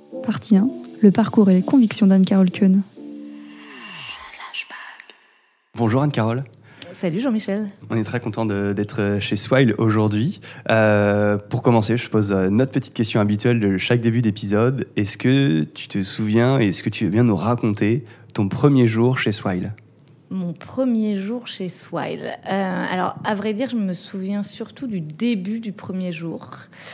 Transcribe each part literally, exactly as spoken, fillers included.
Partie un. Le parcours et les convictions d'Anne-Carole Keun. Bonjour Anne-Carole. Salut Jean-Michel. On est très content de, d'être chez Swile aujourd'hui. Euh, pour commencer, je pose notre petite question habituelle de chaque début d'épisode. Est-ce que tu te souviens et est-ce que tu veux bien nous raconter ton premier jour chez Swile ? Mon premier jour chez Swile. Euh, alors, à vrai dire, je me souviens surtout du début du premier jour.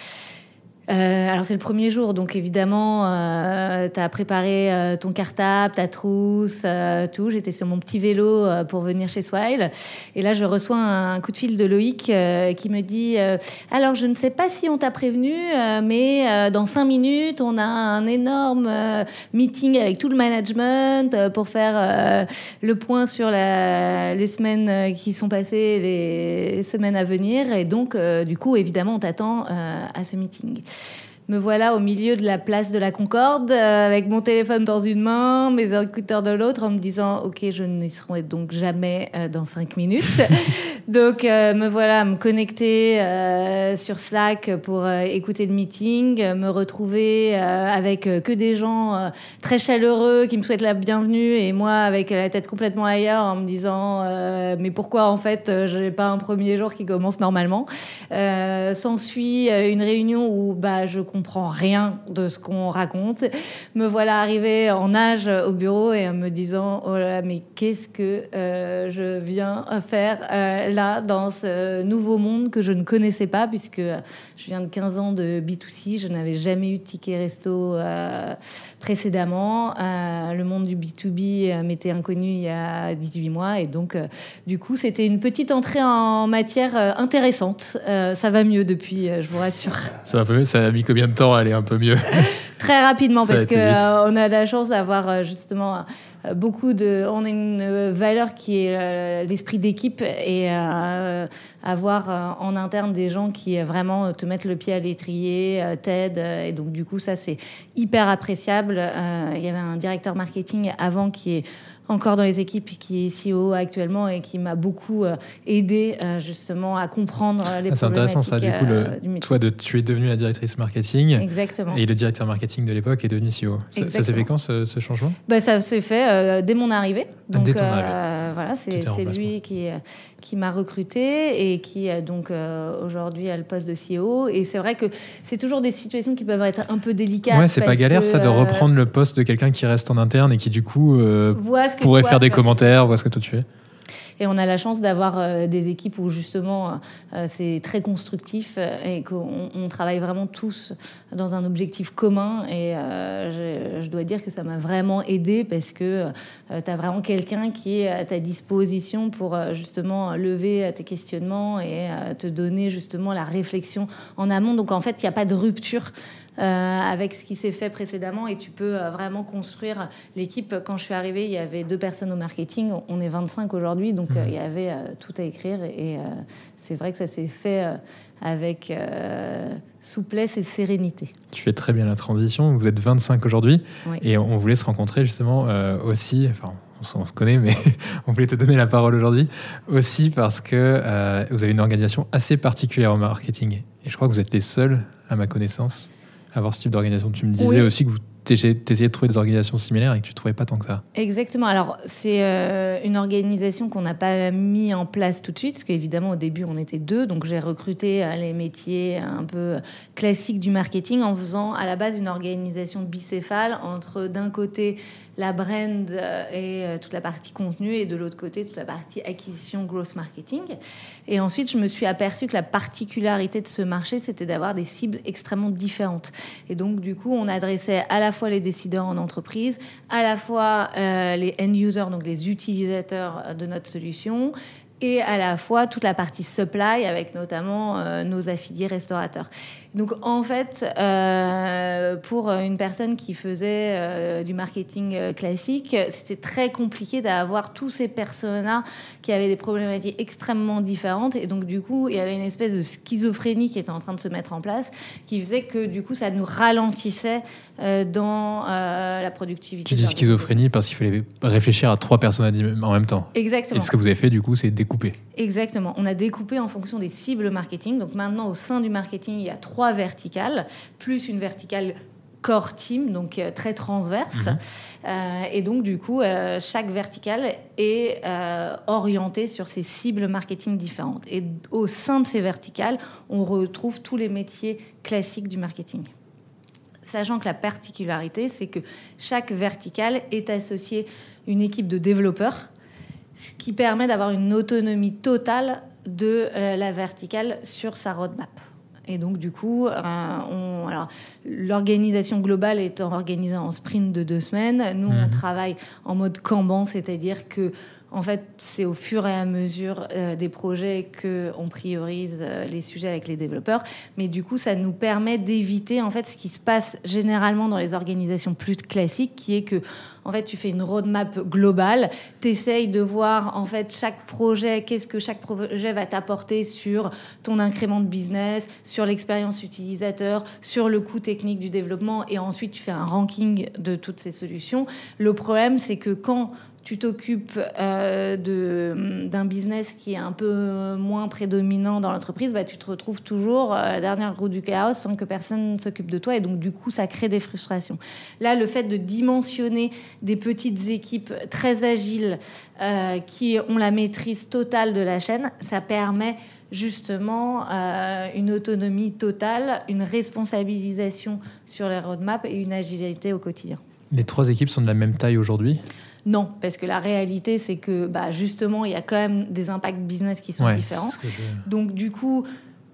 Euh, alors c'est le premier jour, donc évidemment euh, t'as préparé euh, ton cartable, ta trousse, euh, tout. J'étais sur mon petit vélo euh, pour venir chez Swile, et là je reçois un coup de fil de Loïc euh, qui me dit euh, alors je ne sais pas si on t'a prévenu, euh, mais euh, dans cinq minutes on a un énorme euh, meeting avec tout le management euh, pour faire euh, le point sur la, les semaines qui sont passées, les semaines à venir, et donc euh, du coup évidemment on t'attend euh, à ce meeting. Me voilà au milieu de la place de la Concorde, euh, avec mon téléphone dans une main, mes écouteurs de l'autre, en me disant « Ok, je n'y serai donc jamais euh, dans cinq minutes. » Donc, euh, me voilà à me connecter euh, sur Slack pour euh, écouter le meeting, euh, me retrouver euh, avec euh, que des gens euh, très chaleureux qui me souhaitent la bienvenue, et moi avec la tête complètement ailleurs en me disant euh, « Mais pourquoi, en fait, euh, j'ai pas un premier jour qui commence normalement ?» euh, S'ensuit euh, une réunion où bah, je comprends rien de ce qu'on raconte. Me voilà arrivée en nage au bureau et en me disant « Oh là, mais qu'est-ce que euh, je viens faire euh, là, dans ce nouveau monde que je ne connaissais pas, puisque je viens de quinze ans de B deux C, je n'avais jamais eu de ticket resto euh, précédemment. Euh, le monde du B deux B euh, m'était inconnu il y a dix-huit mois, et donc euh, du coup, c'était une petite entrée en matière euh, intéressante. Euh, ça va mieux depuis, euh, je vous rassure. Ça va un peu mieux. Ça a mis combien de temps à aller un peu mieux? Très rapidement, Ça parce que euh, on a la chance d'avoir euh, justement euh, beaucoup de. On a une euh, valeur qui est euh, l'esprit d'équipe, et euh, avoir euh, en interne des gens qui euh, vraiment te mettent le pied à l'étrier, euh, t'aident, euh, et donc du coup ça c'est hyper appréciable. Euh, il y avait un directeur marketing avant qui est encore dans les équipes, qui est C E O actuellement, et qui m'a beaucoup euh, aidé euh, justement à comprendre les ah, c'est problématiques. intéressant ça, du coup, le, euh, du toi, de, tu es devenue la directrice marketing. Exactement. Et le directeur marketing de l'époque est devenu C E O. Ça, ça s'est fait quand, ce, ce changement? Bah, ça s'est fait euh, dès mon arrivée. Donc, dès ton euh, arrivée. Voilà, c'est, c'est lui qui, qui m'a recruté, et qui donc euh, aujourd'hui a le poste de C E O. Et c'est vrai que c'est toujours des situations qui peuvent être un peu délicates. Ouais, c'est pas galère que, ça de euh, reprendre le poste de quelqu'un qui reste en interne et qui du coup euh, pourrait toi, faire des tu commentaires, voir ce que toi tu fais. Et on a la chance d'avoir euh, des équipes où justement euh, c'est très constructif, euh, et qu'on on travaille vraiment tous dans un objectif commun. Et euh, je, je dois dire que ça m'a vraiment aidée, parce que euh, tu as vraiment quelqu'un qui est à ta disposition pour euh, justement lever tes questionnements et euh, te donner justement la réflexion en amont. Donc en fait, il n'y a pas de rupture Euh, avec ce qui s'est fait précédemment, et tu peux euh, vraiment construire l'équipe. Quand je suis arrivée, il y avait deux personnes au marketing, on est vingt-cinq aujourd'hui, donc euh, il y avait euh, tout à écrire, et euh, c'est vrai que ça s'est fait euh, avec euh, souplesse et sérénité. Tu fais très bien la transition, vous êtes vingt-cinq aujourd'hui, oui. Et on voulait se rencontrer justement euh, aussi, enfin on se connaît, mais on voulait te donner la parole aujourd'hui aussi parce que euh, vous avez une organisation assez particulière au marketing, et je crois que vous êtes les seuls, à ma connaissance, avoir ce type d'organisation. Tu me disais oui. aussi que vous t'essayais de trouver des organisations similaires et que tu ne trouvais pas tant que ça. Exactement. Alors, c'est euh, une organisation qu'on n'a pas mis en place tout de suite, parce qu'évidemment, au début, on était deux. Donc, j'ai recruté euh, les métiers un peu classiques du marketing en faisant à la base une organisation bicéphale entre, d'un côté, la brand et toute la partie contenu, et de l'autre côté, toute la partie acquisition, growth marketing. Et ensuite, je me suis aperçue que la particularité de ce marché, c'était d'avoir des cibles extrêmement différentes. Et donc, du coup, on adressait à la fois les décideurs en entreprise, à la fois euh, les end-users, donc les utilisateurs de notre solution, et à la fois toute la partie supply, avec notamment euh, nos affiliés restaurateurs. Donc, en fait, euh, pour une personne qui faisait euh, du marketing euh, classique, c'était très compliqué d'avoir tous ces personas qui avaient des problématiques extrêmement différentes. Et donc, du coup, il y avait une espèce de schizophrénie qui était en train de se mettre en place, qui faisait que, du coup, ça nous ralentissait euh, dans euh, la productivité. Tu dis schizophrénie parce qu'il fallait réfléchir à trois personas en même temps. Exactement. Et ce que vous avez fait, du coup, c'est découper. Exactement. On a découpé en fonction des cibles marketing. Donc, maintenant, au sein du marketing, il y a trois verticales, plus une verticale core team, donc euh, très transverse. Mmh. Euh, et donc, du coup, euh, chaque verticale est euh, orientée sur ses cibles marketing différentes. Et au sein de ces verticales, on retrouve tous les métiers classiques du marketing. Sachant que la particularité, c'est que chaque verticale est associée à une équipe de développeurs, ce qui permet d'avoir une autonomie totale de euh, la verticale sur sa roadmap. Et donc, du coup, euh, on, alors, l'organisation globale est organisée en sprint de deux semaines. Nous, mmh. on travaille en mode Kanban, c'est-à-dire que, en fait, c'est au fur et à mesure euh, des projets qu'on priorise euh, les sujets avec les développeurs. Mais du coup, ça nous permet d'éviter, en fait, ce qui se passe généralement dans les organisations plus classiques, qui est que, en fait, tu fais une roadmap globale, tu essayes de voir, en fait, chaque projet, qu'est-ce que chaque projet va t'apporter sur ton incrément de business, sur l'expérience utilisateur, sur le coût technique du développement, et ensuite, tu fais un ranking de toutes ces solutions. Le problème, c'est que quand tu t'occupes euh, de, d'un business qui est un peu moins prédominant dans l'entreprise, bah, tu te retrouves toujours à la dernière roue du chaos sans que personne s'occupe de toi. Et donc, du coup, ça crée des frustrations. Là, le fait de dimensionner des petites équipes très agiles euh, qui ont la maîtrise totale de la chaîne, ça permet justement euh, une autonomie totale, une responsabilisation sur les roadmaps et une agilité au quotidien. Les trois équipes sont de la même taille aujourd'hui ? Non, parce que la réalité, c'est que bah, justement, il y a quand même des impacts business qui sont ouais, différents. Je... Donc, du coup,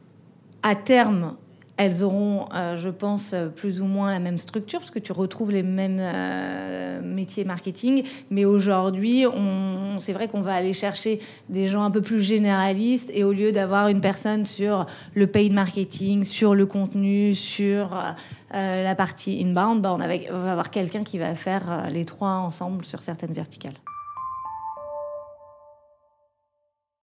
à terme, elles auront, euh, je pense, plus ou moins la même structure, parce que tu retrouves les mêmes euh, métiers marketing. Mais aujourd'hui, on, c'est vrai qu'on va aller chercher des gens un peu plus généralistes, et au lieu d'avoir une personne sur le paid marketing, sur le contenu, sur euh, la partie inbound, bah, on, avait, on va avoir quelqu'un qui va faire euh, les trois ensemble sur certaines verticales.